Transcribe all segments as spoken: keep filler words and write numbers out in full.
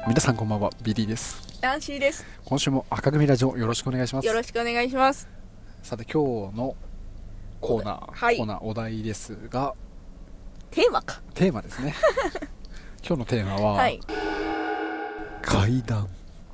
皆さんこんばんは、ビリーです。 ナンシーです。 今週も赤組ラジオよろしくお願いします。 よろしくお願いします。 さて今日のコーナー、 はい、 コーナーお題ですが、 テーマかテーマですね今日のテーマは、はい、怪談。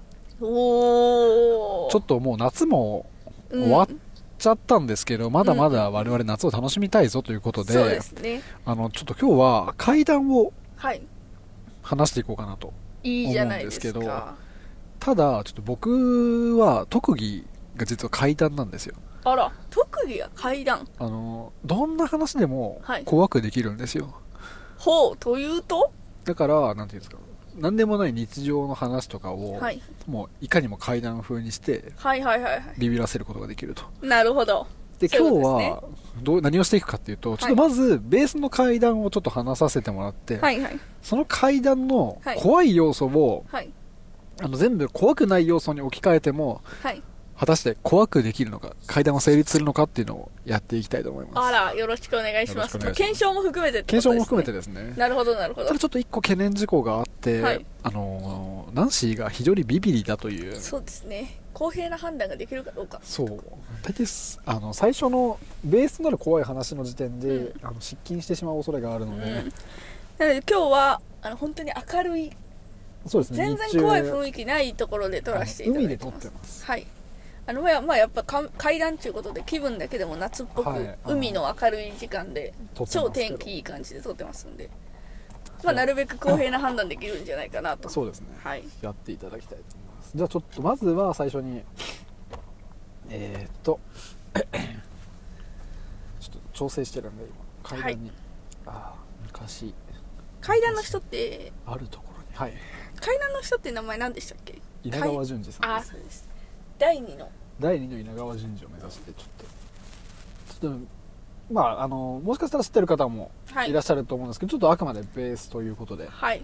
おー、 ちょっともう夏も終わっちゃったんですけど、うん、まだまだ我々夏を楽しみたいぞということで、そうですね、あのちょっと今日は怪談を話していこうかなと思うんですけど、いいただちょっと僕は特技が実は怪談なんですよ。 あら、特技が怪談。 あのどんな話でも怖くできるんですよ、はい、 ほう、というとだからなんていうんですか、何でもない日常の話とかを、はい、もういかにも怪談風にしてビビらせることができると。 なるほど。 で今日はどう何をしていくかっていうと、ちょっとまずベースの怪談をちょっと話させてもらって、はいはい、その怪談の怖い要素を、はい、あの全部怖くない要素に置き換えても、はい、果たして怖くできるのか、怪談を成立するのかっていうのをやっていきたいと思います。あら、よろしくお願いします。検証も含めてってことですね。検証も含めてですね。なるほどなるほど。ただちょっと一個懸念事項があって、はい、あのナンシーが非常にビビリだという。そうですね、公平な判断ができるかどうか。そう大体あの最初のベースとなる怖い話の時点で、うん、あの失禁してしまう恐れがあるので、うん、なので今日はあの本当に明るい、そうですね、全然怖い雰囲気ないところで撮らせていただいてます。海で撮ってます。はい、あのまあやっぱ怪談ということで気分だけでも夏っぽく、はい、海の明るい時間で超天気いい感じで撮ってますんで、まあ、なるべく公平な判断できるんじゃないかなと。そうですね、はい、やっていただきたいと思います。じゃあちょっとまずは最初にえー、っとちょっと調整してるんで今怪談に、はい、あ昔怪談の人ってあるところに、はい、 怪談の人って名前何でしたっけ？ 稲川淳二さんです。 あ、そうです。だいにのだいにの稲川淳二を目指してちょっとちょっとまああのもしかしたら知ってる方もいらっしゃると思うんですけど、はい、ちょっとあくまでベースということで、はい、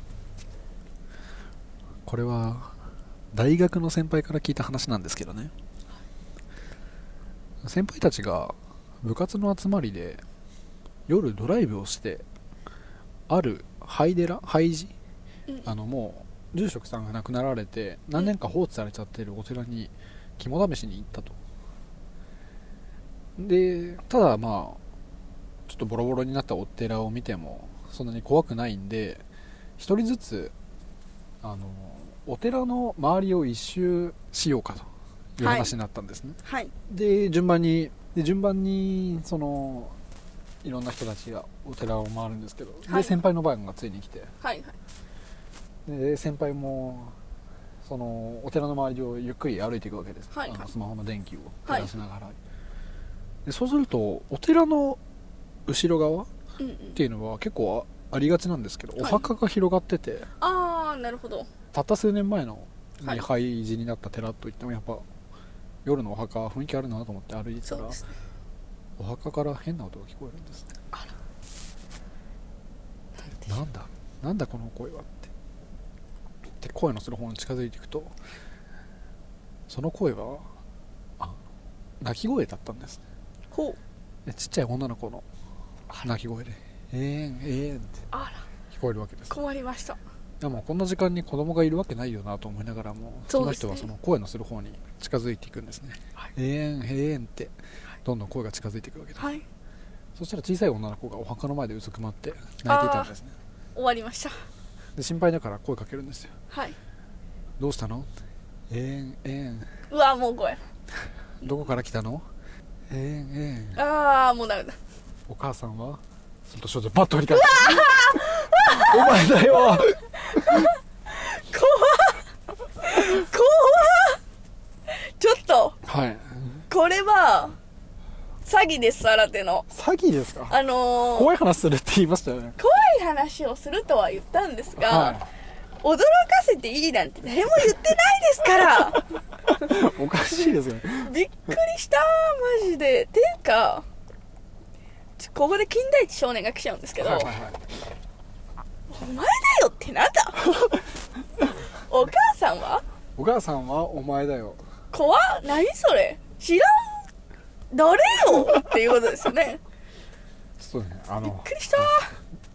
これは大学の先輩から聞いた話なんですけどね、先輩たちが部活の集まりで夜ドライブをして、ある廃寺廃寺、うん、あのもう住職さんが亡くなられて何年か放置されちゃってるお寺に肝試しに行ったと。でただまあちょっとボロボロになったお寺を見てもそんなに怖くないんで、一人ずつあのお寺の周りを一周しようかという話になったんですね、はい、で順番にで順番にそのいろんな人たちがお寺を回るんですけど、はい、で先輩の番がついに来て、はいはい、で先輩もそのお寺の周りをゆっくり歩いていくわけです、はいはい、あのスマホの電気を照らしながら、はい、でそうするとお寺の後ろ側っていうのは結構ありがちなんですけど、お墓が広がってて、はい、ああなるほど。たった数年前のに廃寺になった寺といってもやっぱ夜のお墓雰囲気あるなと思って歩いてたら、ね、お墓から変な音が聞こえるんですね。あら、なんだなんだこの声はってで声のする方に近づいていくと、その声はあ泣き声だったんですね。ほうでちっちゃい女の子の泣き声でえーんえーんって聞こえるわけです。 困りました。 でもこんな時間に子供がいるわけないよなと思いながらも、その人はその声のする方に近づいていくんですね、はい、えーんえーんってどんどん声が近づいていくわけです、はい、そしたら小さい女の子がお墓の前でうずくまって泣いていたんですね。 終わりました。 で心配だから声かけるんですよ、はい、どうしたの？えーんえーんうわもう声どこから来たの？えーんえーんああもうダメだ。 お母さんはその少女バッと振り返ってお前だよ怖っ怖っちょっと、はい、これは詐欺です。新手の詐欺ですか？ あのー、 怖い話するって言いましたよね。 怖い話をするとは言ったんですが、はい、驚かせていいなんて誰も言ってないですからおかしいですよね。 びっくりしたマジで。ていうかここで金田一少年が来ちゃうんですけど、はいはいはい、お前だよってなんだお母さんはお母さんはお前だよ。 怖っ、何それ知らん誰よっていうことですよね。 そうね、あのびっくりした。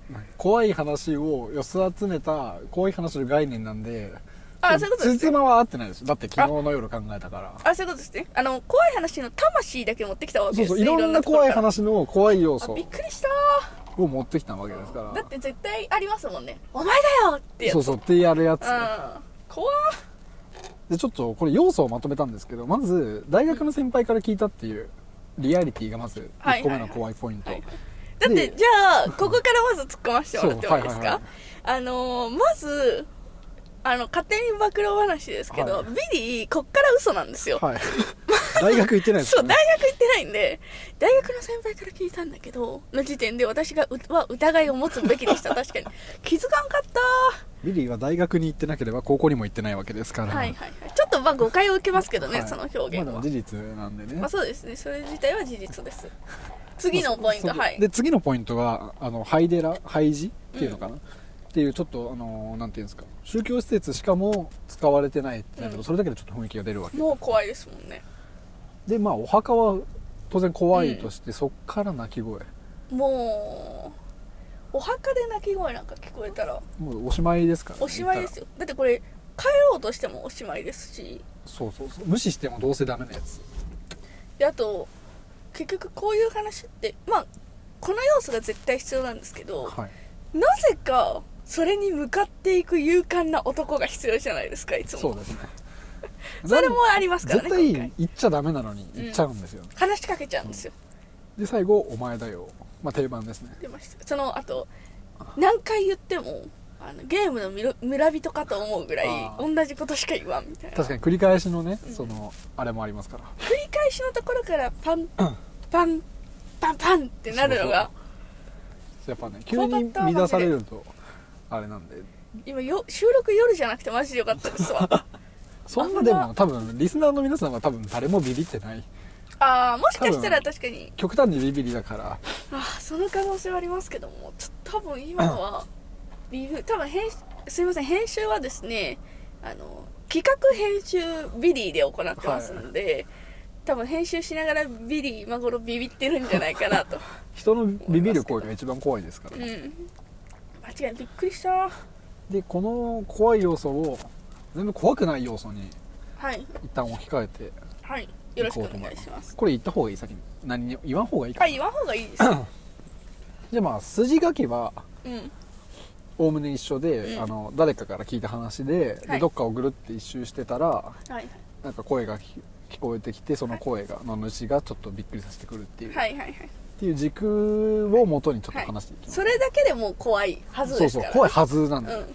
怖い話を寄せ集めた怖い話の概念なんで、 あ、そういうことですね。 つじつまは合ってないです。だって昨日の夜考えたから。 あ、そういうことですね。あの怖い話の魂だけ持ってきたわけですね。 そうそう、いろんな怖い話の怖い要素。 びっくりしたー。を持ってきたわけですから。 だって絶対ありますもんね。お前だよってやつ。 そうそうってやるやつ。 うん。怖でちょっとこれ要素をまとめたんですけど、まず大学の先輩から聞いたっていうリアリティがまずいっこめの怖いポイント。 だってじゃあここからまず突っ込ませてもらってもいいですか。はいはいはい、あのー、まずあの勝手に暴露話ですけど、はい、ビリーこっから嘘なんですよ。はい、 大学行ってないですよね。そう、大学行ってないんで、大学の先輩から聞いたんだけどの時点で私がうは疑いを持つべきでした。確かに気づかんかった。 ビリーは大学に行ってなければ高校にも行ってないわけですから。 はいはいはい。ちょっとまあ誤解を受けますけどね、はい、その表現は。 まあでも事実なんでね。 まあそうですね。それ自体は事実です。次のポイント、はい。 で次のポイントはあのハイデラハイジっていうのかな、うん、っていうちょっとあのなんていうんですか、宗教施設しかも使われてないってなると、うん、それだけでちょっと雰囲気が出るわけ。 もう怖いですもんね。 でまあお墓は当然怖いとして、うん、そっから鳴き声。 もうお墓で鳴き声なんか聞こえたらもうおしまいですから、ね、 おしまいですよ。だってこれ帰ろうとしてもおしまいですし。 そうそうそう、無視してもどうせダメなやつで、あと結局こういう話ってまあこの要素が絶対必要なんですけど、はい、なぜかそれに向かっていく勇敢な男が必要じゃないですか、いつも。 そうですねそれもありますからね。 絶対言っちゃダメなのに言っちゃうんですよ、 うん、話しかけちゃうんですよ、 うん、で最後お前だよ、まあ定番ですね。 出ました。そのあと何回言ってもあのゲームの村人かと思うぐらい同じことしか言わんみたいな。 確かに繰り返しのね、うん、そのあれもありますから、 繰り返しのところからパンパンパンパンってなるのがやっぱね、急に乱されるとあれなんで。 今よ収録夜じゃなくてマジでよかったですわそんなでも多分リスナーの皆さんは多分誰もビビってない。 ああ、もしかしたら確かに極端にビビりだから。ああ、その可能性はありますけども、ちょっと多分今はビビ多分編すいません編集はですね、あの企画編集ビリーで行ってますので、はい、多分編集しながらビリー今頃ビビってるんじゃないかなと人のビビる声が一番怖いですから、ね、 うん、間違いびっくりした。 でこの怖い要素を全部怖くない要素に一旦置き換えて、 はい、よろしくお願いします。 これ言った方がいい、先に何に言わん方がいいかな。 あ、言わん方がいいですじゃあまあ筋書きはおおむね一緒で、 うん、 あの誰かから聞いた話 で,、はい、でどっかをぐるって一周してたら、はい、なんか声が聞こえてきて、その声がの主がちょっとびっくりさせてくるっていう、はいはいはい、っていう軸を元にちょっと話していきます、 はい、それだけでも怖いはずですから、ね、 そうそう怖いはずなんだよ、うん、こ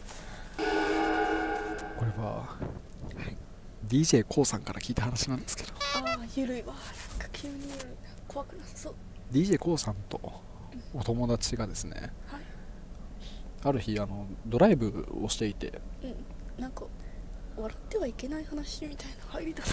れは、はい、ディージェー コウさんから聞いた話なんですけど。 ああ、ゆるいわ、なんか急にゆるい、怖くなさそう。 ディージェー コウさんとお友達がですね、はい、ある日あのドライブをしていて、 うん、なんか笑ってはいけない話みたいな入りだな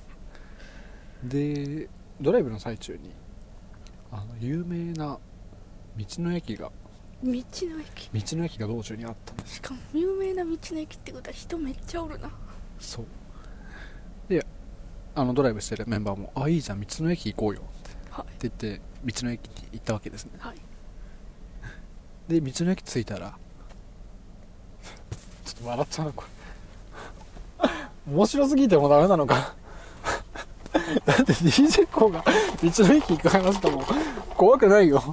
でドライブの最中にあの有名な道の駅が道の駅道の駅が道中にあったんです。 しかも有名な道の駅ってことは人めっちゃおるな。 そうであのドライブしてるメンバーもあいいじゃん道の駅行こうよって、はい、って言って道の駅に行ったわけですね、はい、で道の駅着いたらちょっと笑っちゃうなこれ面白すぎてもダメなのかだって ディージェー コウが道の駅行く話とも怖くないよ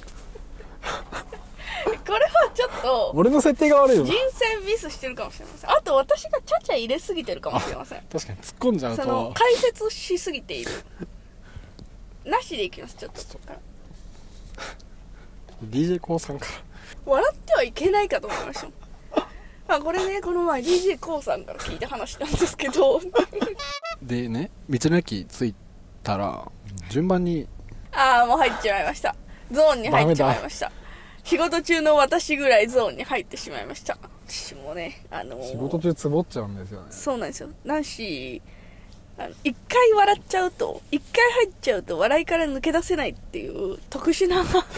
これはちょっと俺の設定が悪いよ。 人選ミスしてるかもしれません。あと私がちゃちゃ入れすぎてるかもしれません。 確かに突っ込んじゃうとその解説しすぎているなしでいきます。ちょっとここからディージェー コウさんから笑ってはいけないかと思いましたまあこれね、この前 ディージェー コウさんから聞いた話なんですけどでね、道の駅着いたら順番にああもう入っちまいました。ゾーンに入っちまいました。仕事中の私ぐらいゾーンに入ってしまいました。私もね、あのー、 仕事中つぼっちゃうんですよね。 そうなんですよ。なんしあの一回笑っちゃうと一回入っちゃうと笑いから抜け出せないっていう特殊なちょっ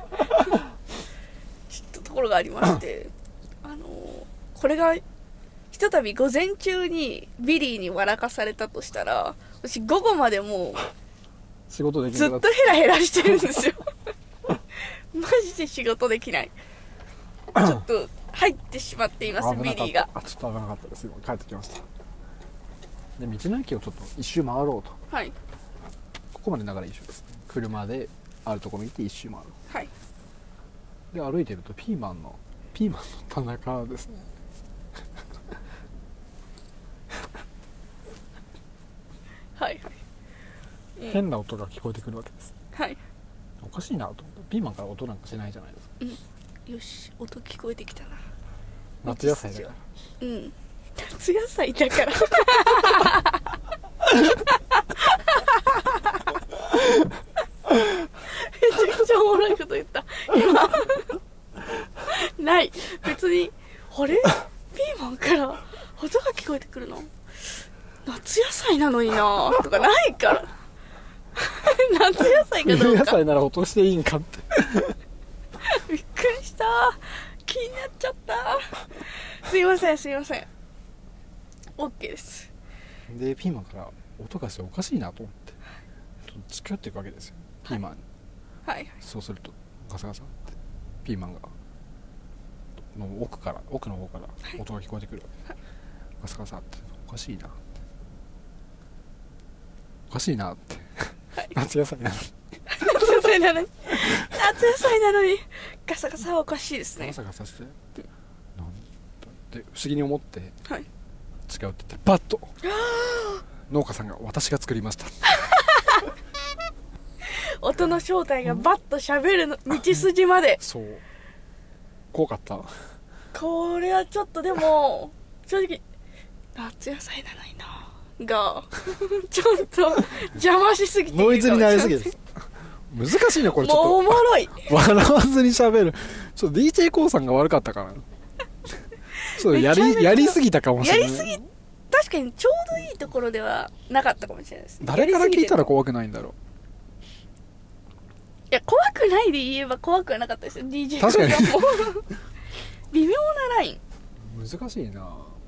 とところがありましてあのー、これがひとたび午前中にビリーに笑かされたとしたら、私午後までもう仕事できずっとヘラヘラしてるんですよママジで仕事できない。ちょっと入ってしまっていますビリーが。 あ、ちょっと危なかったです。今帰ってきました。で道の駅をちょっと一周回ろうと。 はい。 ここまで流れ一緒ですね。車であるところに行って一周回る。 はい。 で歩いてるとピーマンのピーマンの棚からですね。 はいはい、 変な音が聞こえてくるわけです。 はい。 おかしいなと思って。ピーマンから音なんかしないじゃないですか。 うん。よし、音聞こえてきたな。 夏野菜だから。 うん。夏野菜だから。めちゃくちゃおもろいこと言った。今。ない。別に、あれピーマンから音が聞こえてくるの夏野菜なのになとかないから夏野菜かどうか。 冬野菜なら落としていいんかってびっくりした。気になっちゃった。すいませんすいません。 OK です。 でピーマンから音がしておかしいなと思ってちょっと近寄っていくわけですよ、ピーマンに。 はいはい。 そうするとガサガサってピーマンがの奥から奥の方から音が聞こえてくるわけ、はい、ガサガサっておかしいなっておかしいなって、はい、夏野菜なのに夏野菜なのに夏野菜なのにガサガサはおかしいですね。 ガサガサしてでなんで不思議に思って、 はい、 違うって言ってバッと農家さんが私が作りました音の正体がバッと喋るの道筋まで。 そう怖かった。 これはちょっとでも正直夏野菜なのにながちょっと邪魔しすぎてノイズになりすぎです。難しいねこれちょっと。 もうおもろい笑わずに喋る。ちょっと ディージェー コウさんが悪かったかな。そうやりやりすぎたかもしれない。 やりすぎ確かにちょうどいいところではなかったかもしれないです。 誰から聞いたら怖くないんだろう。 いや怖くないで言えば怖くはなかったですよ ディージェー コウさんも微妙なライン。 難しいな。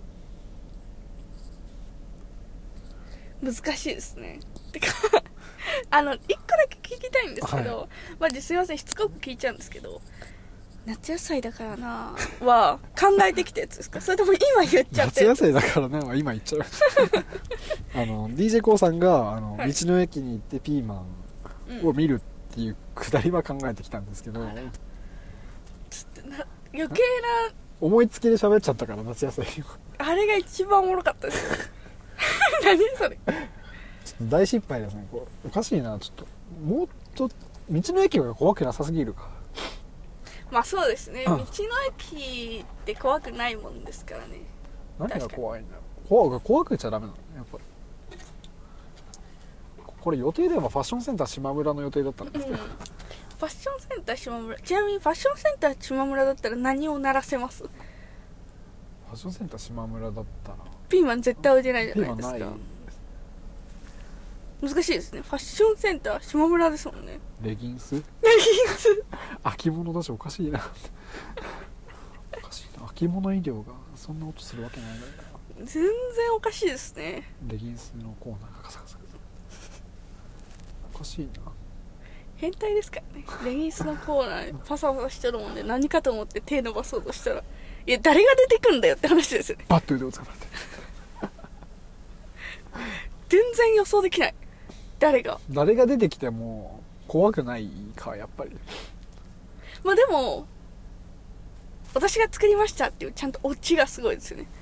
難しいですね。てかあの一個だけ聞きたいんですけど、はい、マジすいませんしつこく聞いちゃうんですけど、夏野菜だからなは考えてきたやつですかそれとも今言っちゃって夏野菜だからなは今言っちゃうあの ディージェー コウさんがあの、はい、道の駅に行ってピーマンを見るっていうくだりは考えてきたんですけど、うん、 ちょっとな余計な思いつきで喋っちゃったから夏野菜あれが一番おもろかったです何それ。 ちょっと大失敗ですね。こうおかしいな。ちょっともっと道の駅が怖くなさすぎるか。 まあそうですね、うん、道の駅って怖くないもんですからね。 何が怖いんだよ。怖怖くちゃダメなのやっぱり。これ予定ではファッションセンター島村の予定だったんですけど、うん、ファッションセンター島村、ちなみにファッションセンター島村だったら何を鳴らせます？ ファッションセンター島村だったらピーマン絶対置いてないじゃないですか。難しいですね。ファッションセンター島村ですもんね。 レギンス？レギンス秋物だしおかしいなおかしいな。秋物医療がそんな音するわけないのにな。 全然おかしいですね。 レギンスのコーナーがカサカサおかしいな。 変態ですからね。レギンスのコーナーパサパサしてるもんで何かと思って手伸ばそうとしたら、いや誰が出てくるんだよって話ですよね。 バッと腕をつかまれて全然予想できない。誰が誰が出てきても怖くないかやっぱり。 まあでも私が作りましたっていうちゃんとオチがすごいですよね。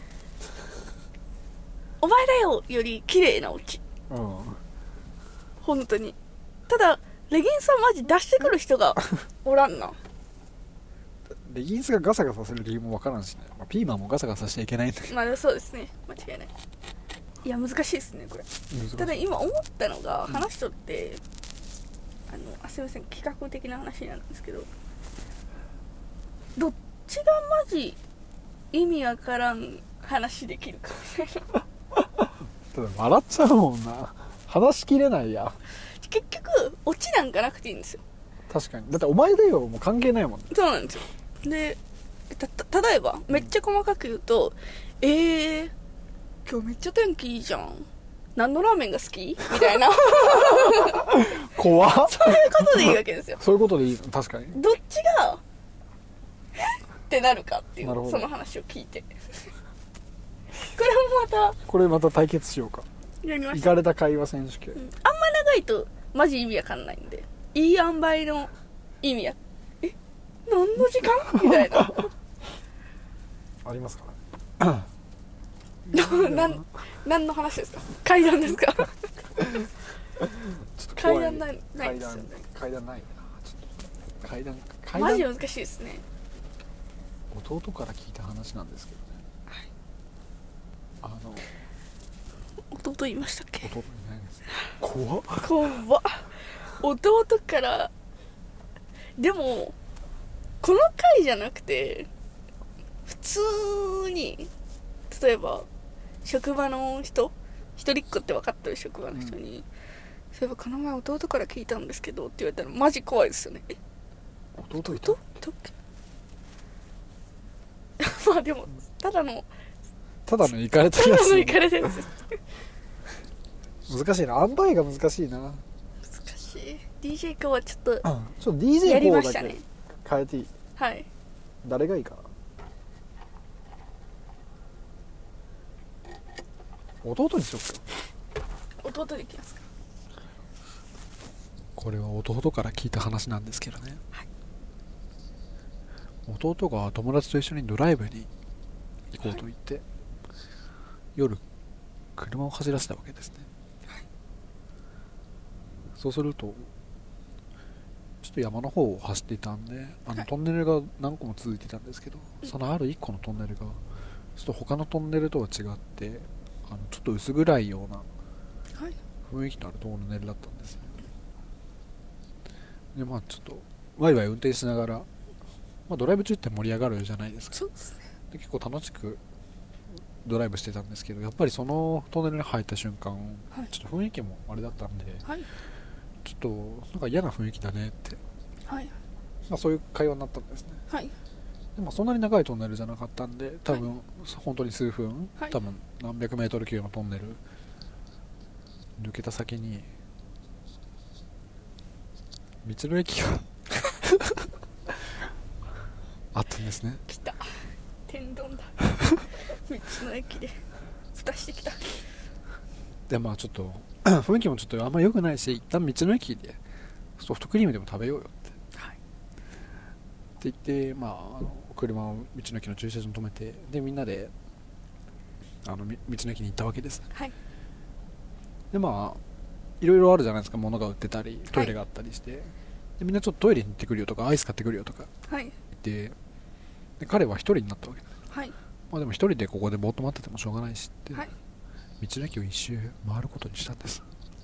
お前だよより綺麗なオチ。うん。本当に。ただレギンスはマジ出してくる人がおらんな。 レギンスがガサガサする理由もわからんしね、まあ、ピーマンもガサガサしちゃいけないんだけど。 まあそうですね、間違いない。いや難しいですねこれ。ただ今思ったのが、うん、話しとってあのあすいません企画的な話なんですけど、どっちがマジ意味わからん話できるかみたいなただ笑っちゃうもんな。話しきれないや。 結局オチなんかなくていいんですよ。 確かに。だってお前だよもう関係ないもんね。 そうなんですよ。でたた例えばめっちゃ細かく言うと、うん、えー今日めっちゃ天気いいじゃん何のラーメンが好きみたいな怖っそういうことでいいわけですよ。 そういうことでいい、確かに。 どっちがってなるかっていう、その話を聞いてこれもまたこれまた対決しようか。 やりましょう。 イカれた会話選手権、うん、 あんま長いとマジ意味わかんないんで、いい塩梅の意味や、え何の時間みたいなありますからねなん何の話ですか？階段ですか？階段ない、ないですよね。 階段ないな。ちょっと階段階段マジ難しいですね。 弟から聞いた話なんですけどね、はい、あの弟言いましたっけ？ 弟いないです。怖っ怖っ。弟から。でもこの回じゃなくて普通に、例えば職場の人、一人っ子って分かってる職場の人に、うん、そういえばこの前弟から聞いたんですけどって言われたらマジ怖いですよね。え弟いた？ まあでもただのただのイカれたやつ、 ただのイカれたやつ難しいな、塩梅が難しいな。 難しい。 ディージェー かはちょっと、うん、ちょっと ディージェー こうだけ変えていい？ はい。 誰がいいかな。弟にしよっか。弟でいきますか。 これは弟から聞いた話なんですけどね、はい、弟が友達と一緒にドライブに行こうと言って、はい、夜車を走らせたわけですね、はい、そうするとちょっと山の方を走っていたんで、あのトンネルが何個も続いてたんですけど、はい、そのあるいっこのトンネルがちょっと他のトンネルとは違ってあのちょっと薄暗いような雰囲気のあるトンネルだったんですよ。でまあちょっとワイワイ運転しながら、まあ、ドライブ中って盛り上がるじゃないですか。 そうですね。 で結構楽しくドライブしてたんですけど、やっぱりそのトンネルに入った瞬間、はい、ちょっと雰囲気もあれだったんで、はい、ちょっとなんか嫌な雰囲気だねって、はい、まあ、そういう会話になったんですね、はい、でもそんなに長いトンネルじゃなかったんで多分、はい、本当に数分、はい、多分何百メートル級のトンネル抜けた先に道の駅があったんですね。 来た、天丼だ道の駅で蓋してきた。 でまあちょっと雰囲気もちょっとあんま良くないし、一旦道の駅でソフトクリームでも食べようよって、はい、って言って、まあ、あの車を道の駅の駐車場に止めて、でみんなであの道の駅に行ったわけです、はい、でまあいろいろあるじゃないですか、物が売ってたりトイレがあったりして、はい、でみんなちょっとトイレに行ってくるよとかアイス買ってくるよとか言って、はい、で彼は一人になったわけです、はい、まあ、でも一人でここでぼーっと待っててもしょうがないしって、はい、道の駅を一周回ることにしたんです、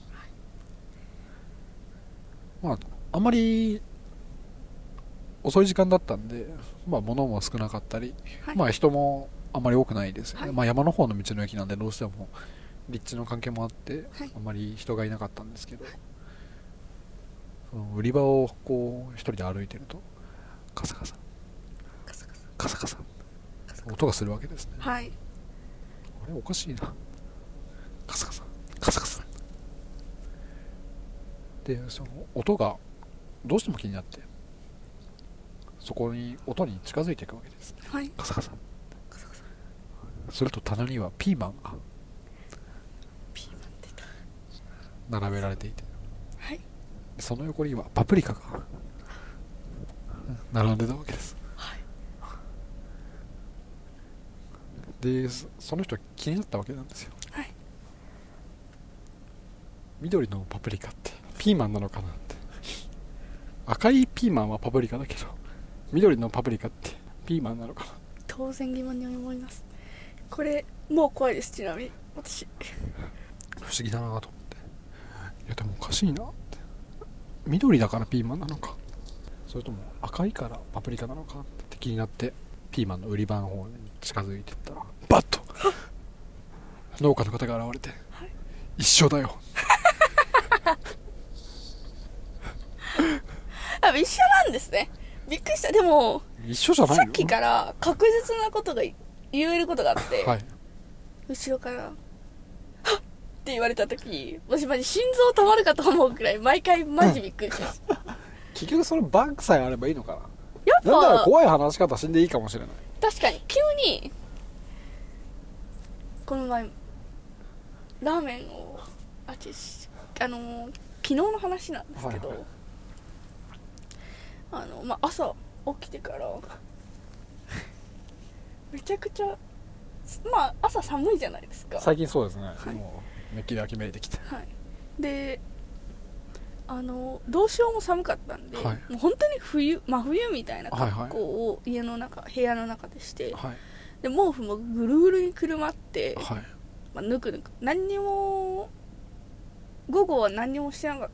はい、まああんまり遅い時間だったんで、まあ、物も少なかったり、はい、まあ人もあんまり多くないですよね、はい、まあ、山の方の道の駅なんでどうしても立地の関係もあって、はい、あんまり人がいなかったんですけど、はい、その売り場をこう一人で歩いてるとカサカサカサカサカサカサ音がするわけですね、はい、あれおかしいな、カサカサカサカサで、その音がどうしても気になってそこに音に近づいていくわけです、はい、カサカサカサカサ。すると棚にはピーマンが並べられていて、はい、その横にはパプリカが並んでたわけです、はい、でその人は気になったわけなんですよ、はい、緑のパプリカってピーマンなのかなって。赤いピーマンはパプリカだけど緑のパプリカってピーマンなのかな。 当然疑問に思います。これもう怖いです。ちなみに私不思議だなと思って、いやでもおかしいなって、緑だからピーマンなのかそれとも赤いからパプリカなのかって気になってピーマンの売り場の方に近づいていったらバッと農家の方が現れて、はい、一緒だよあ、一緒なんですね。びっくりした。でも一緒じゃないよ。 さっきから確実なことが言えることがあって、はい、後ろからはっっって言われた時、私マジ心臓止まるかと思うくらい毎回マジびっくりします。 結局そのバッグさえあればいいのかな。 やっぱなんなら怖い話し方死んでいいかもしれない。 確かに急にこの前ラーメンをあちあのー、昨日の話なんですけど、はいはい、あのまあ朝起きてからめちゃくちゃまあ朝寒いじゃないですか。 最近そうですね、はい、もうめっきり秋めいてきて、 はい、であのどうしようも寒かったんで、はい、もう本当に冬真冬みたいな格好を家の中、はいはい、部屋の中でして、はい、で毛布もぐるぐるにくるまって、はい、まあ、ぬくぬく何にも午後は何にもしてなかった。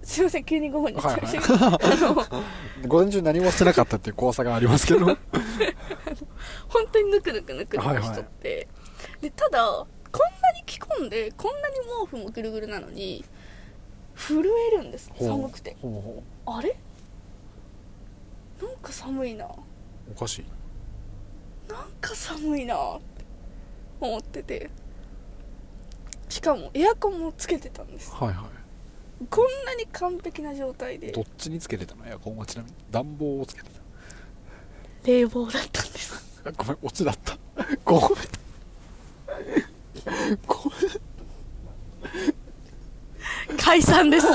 すいません急に午後になっちゃいました、はい、 午前中何もしてなかったっていう怖さがありますけど本当にぬくぬくぬくぬくしとって、はいはい、でただこんなに着込んでこんなに毛布もぐるぐるなのに震えるんです。寒くて。ほうほう、あれなんか寒いな、 おかしい、 なんか寒いなって思ってて、しかもエアコンもつけてたんです。 はいはい。 こんなに完璧な状態で。 どっちにつけてたの？エアコンはちなみに暖房をつけてた。 冷房だったんです。 ごめん、オチだった。ごめんごめん解散です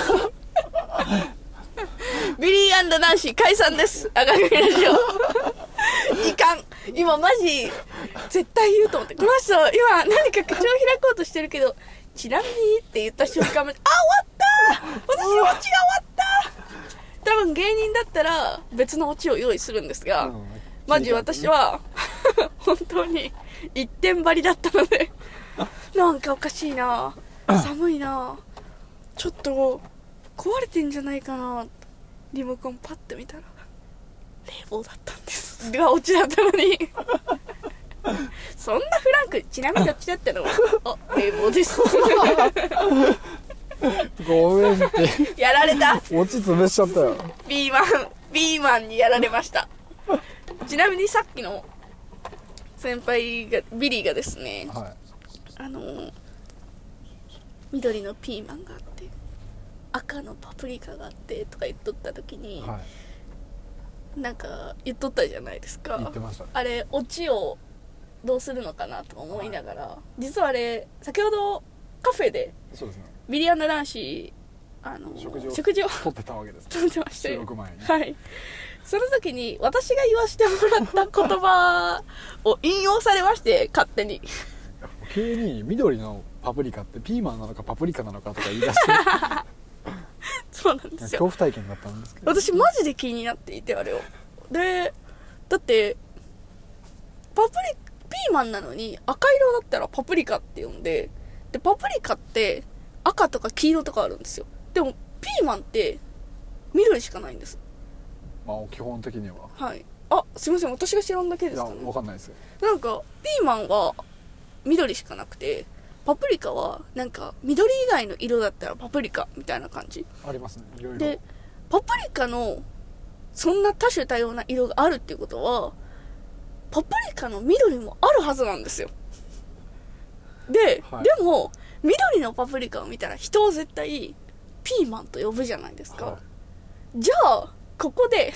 ビリー&ナンシー解散です。赤組ラジオいかん、今マジ絶対言うと思って、この人今何か口を開こうとしてるけどちなみにって言った瞬間まであ、終わった、私のオチが終わった。多分芸人だったら別のオチを用意するんですが、うん、マジ私は本当に一点張りだったのでなんかおかしいな、寒いな、ちょっと壊れてんじゃないかな、リモコンパッて見たら冷房だったんですがオチだったのにそんなフランク、ちなみにどっちだったのあ、冷房ですごめんってやられた、 オチ潰しちゃったよ。 ピーマンピーマンにやられましたちなみにさっきの先輩がビリーがですね、はい、あの緑のピーマンがあって赤のパプリカがあってとか言っとった時に、はい、なんか言っとったじゃないですか。 言ってました。 あれオチをどうするのかなと思いながら、はい、実はあれ先ほどカフェでそうですね、 ビリー&ナンシーあの食事を食事を取ってたわけです。 取ってまして、 収録前に、 はい、その時に私が言わせてもらった言葉を引用されまして勝手に急に緑のパプリカってピーマンなのかパプリカなのかとか言い出してそうなんですよ。 恐怖体験だったんですけど、 私マジで気になっていて、あれをでだってパプリピーマンなのに赤色だったらパプリカって呼んで、でパプリカって赤とか黄色とかあるんですよ。でもピーマンって緑しかないんです。 まあ基本的には、 はい。あ、すいません、私が知らんだけですかね。 いや、わかんないですよ。 なんかピーマンは緑しかなくて、パプリカはなんか緑以外の色だったらパプリカみたいな感じありますね、いろいろ。 でパプリカのそんな多種多様な色があるっていうことはパプリカの緑もあるはずなんですよ。で、はい、でも緑のパプリカを見たら人は絶対ピーマンと呼ぶじゃないですか、はい、じゃあここで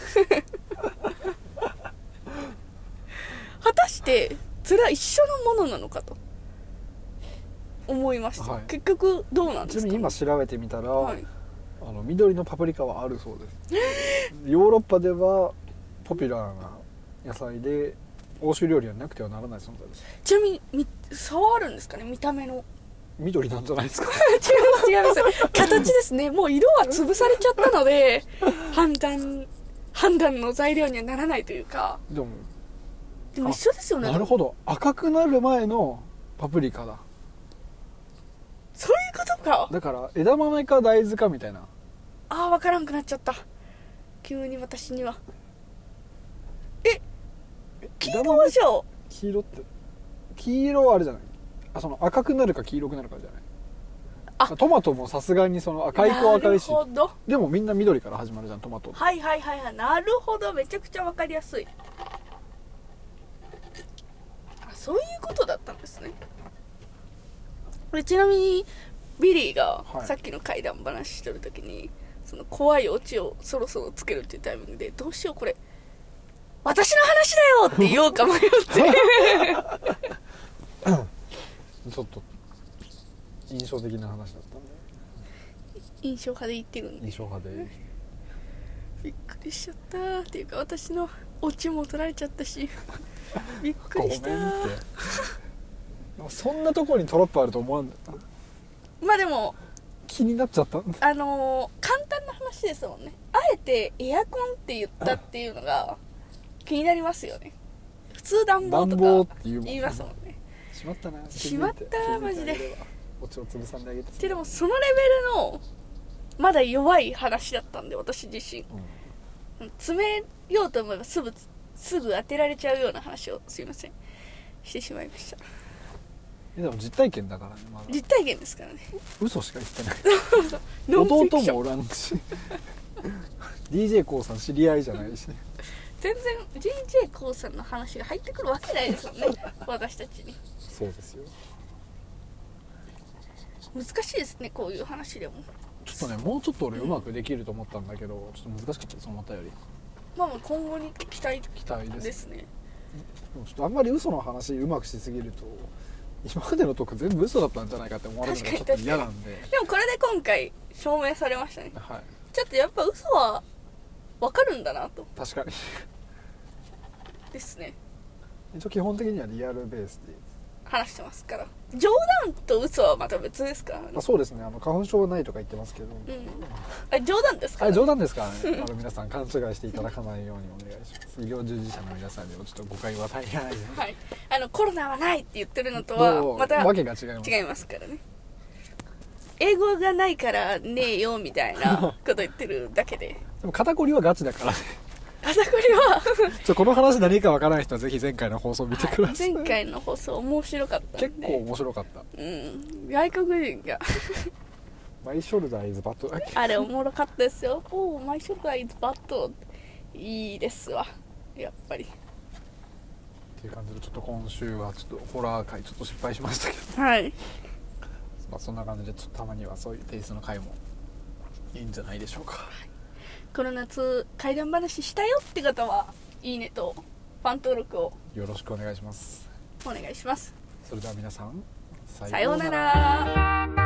果たしてそれは一緒のものなのかと思いました、はい、結局どうなんですか。 ちなみに今調べてみたら、はい、あの緑のパプリカはあるそうですヨーロッパではポピュラーな野菜で欧州料理はなくてはならない存在です。 ちなみに差はあるんですかね、見た目の。 緑なんじゃないですか違います違います形ですね。もう色は潰されちゃったので判断判断の材料にはならないというか。 でもでも一緒ですよね。 なるほど、赤くなる前のパプリカだ。 そういうことか。 だから枝豆か大豆かみたいな。 ああ、分からんくなっちゃった。急に私には。え黄色はじゃあ黄色って黄色はあれじゃない、あ、その赤くなるか黄色くなるかじゃない。あ、トマトもさすがにその赤い子は赤いし、でもみんな緑から始まるじゃん、トマト。 はいはいはいはい、なるほど、めちゃくちゃ分かりやすい。そういうことだったんですね。 でちなみにビリーがさっきの怪談話してるときに、はい、その怖いオチをそろそろつけるっていうタイミングで、どうしようこれ私の話だよって言おうか迷ってちょっと印象的な話だったね。 印象派で言ってるんで印象派でびっくりしちゃったっていうか、私のオチも取られちゃったしびっくりした。ごめんってそんなところにトラップあると思わんだった。 まあでも気になっちゃった。 あのー、簡単な話ですもんね。あえてエアコンって言ったっていうのが気になりますよね。普通暖房とか言いますもんね。 しまったな。 しまったマジで。 オチを潰さんであげて。 でもそのレベルのまだ弱い話だったんで、私自身、うん、詰めようと思えばすぐすぐ当てられちゃうような話をすいませんしてしまいました。 でも実体験だからね、まだ実体験ですからね。 嘘しか言ってない弟もおらんしディージェー コウさん知り合いじゃないし全然 ディージェー コウさんの話が入ってくるわけないですよね私たちに。 そうですよ。 難しいですね、こういう話でも。 ちょっとね、もうちょっと俺うまくできると思ったんだけど、うん、ちょっと難しかったです、思ったより。 まあまあ今後に期待期待ですですね。 でもちょっとあんまり嘘の話うまくしすぎると今までのトーク全部嘘だったんじゃないかって思われるのがちょっと嫌なんで。 でもこれで今回証明されましたね。 はい。 ちょっとやっぱ嘘は分かるんだなと。 確かにですね。 一応基本的にはリアルベースで話してますから。冗談と嘘はまた別ですからね。 あ、そうですね。あの花粉症はないとか言ってますけど、うん、 あれ冗談ですか、ね、 あれ冗談ですからねあの皆さん勘違いしていただかないようにお願いします。医療従事者の皆さんにもちょっと誤解は与えないで、 はい、あのコロナはないって言ってるのとはまたわけが違います。 違いますからね。英語がないからねえよみたいなこと言ってるだけででも肩こりはガチだからね。 肩こりはちょこの話何かわからない人はぜひ前回の放送を見てください。 前回の放送面白かったんで。 結構面白かった。 うん、外国人がマイショルダーイズバットあれおもろかったですよ。おーマイショルダーイズバットいいですわやっぱりっていう感じで、ちょっと今週はちょっとホラー回ちょっと失敗しましたけど、 はい、 まあそんな感じでちょっとたまにはそういうテイストの回もいいんじゃないでしょうか。はい、 この夏怪談話したよって方はいいねとファン登録をよろしくお願いします。 お願いします。 それでは皆さんさようなら。